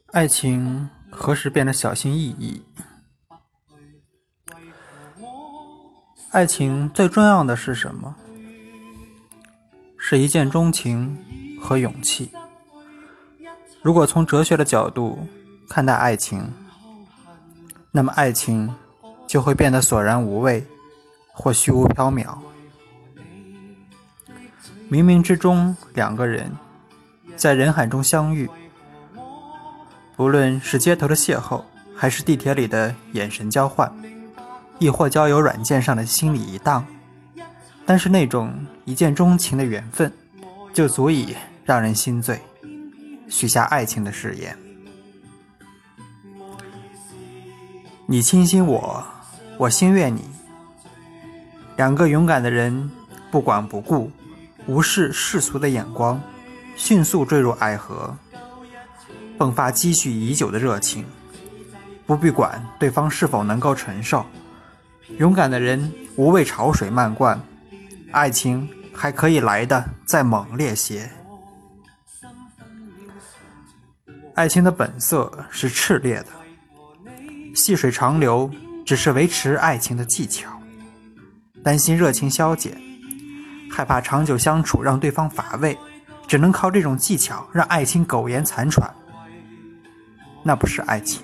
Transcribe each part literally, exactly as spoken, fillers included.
爱情何时变得小心翼翼？爱情最重要的是什么？是一见钟情和勇气。如果从哲学的角度看待爱情，那么爱情就会变得索然无味或虚无缥缈。冥冥之中，两个人在人海中相遇，不论是街头的邂逅，还是地铁里的眼神交换，亦或交友软件上的心理一荡，但是那种一见钟情的缘分，就足以让人心醉，许下爱情的誓言。你倾心我，我心悦你，两个勇敢的人不管不顾，无视世俗的眼光，迅速坠入爱河，迸发积蓄已久的热情，不必管对方是否能够承受。勇敢的人无畏潮水漫灌，爱情还可以来得再猛烈些。爱情的本色是炽烈的，细水长流只是维持爱情的技巧。担心热情消减，害怕长久相处让对方乏味，只能靠这种技巧让爱情苟延残喘，那不是爱情。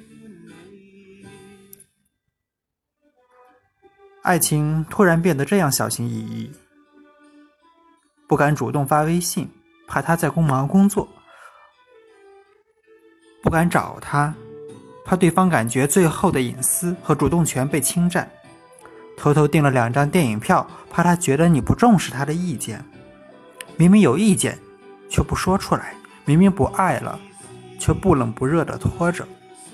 爱情突然变得这样小心翼翼，不敢主动发微信，怕他在工忙工作，不敢找他，怕对方感觉最后的隐私和主动权被侵占，偷偷订了两张电影票，怕他觉得你不重视他的意见。明明有意见却不说出来，明明不爱了却不冷不热地拖着。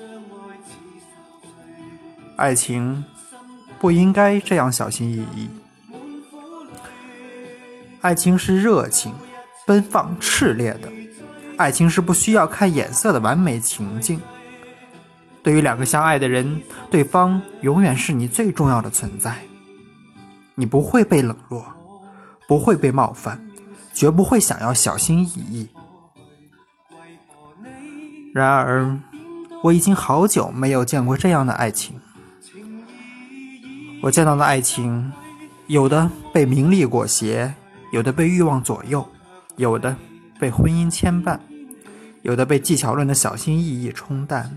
爱情不应该这样小心翼翼。爱情是热情、奔放、炽烈的，爱情是不需要看眼色的完美情境。对于两个相爱的人，对方永远是你最重要的存在。你不会被冷落，不会被冒犯，绝不会想要小心翼翼。然而，我已经好久没有见过这样的爱情。我见到的爱情，有的被名利裹挟，有的被欲望左右，有的被婚姻牵绊，有的被技巧论的小心翼翼冲淡。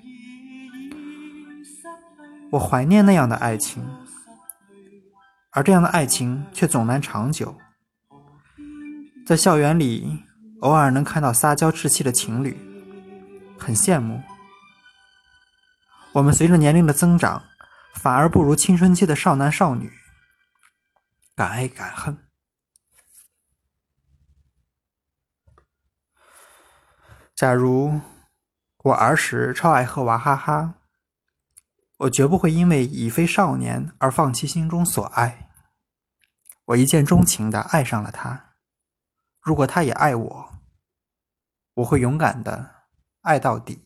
我怀念那样的爱情，而这样的爱情却总难长久。在校园里，偶尔能看到撒娇稚气的情侣，很羡慕。我们随着年龄的增长，反而不如青春期的少男少女，敢爱敢恨。假如我儿时超爱喝娃哈哈，我绝不会因为已非少年而放弃心中所爱。我一见钟情地爱上了他，如果他也爱我，我会勇敢地爱到底。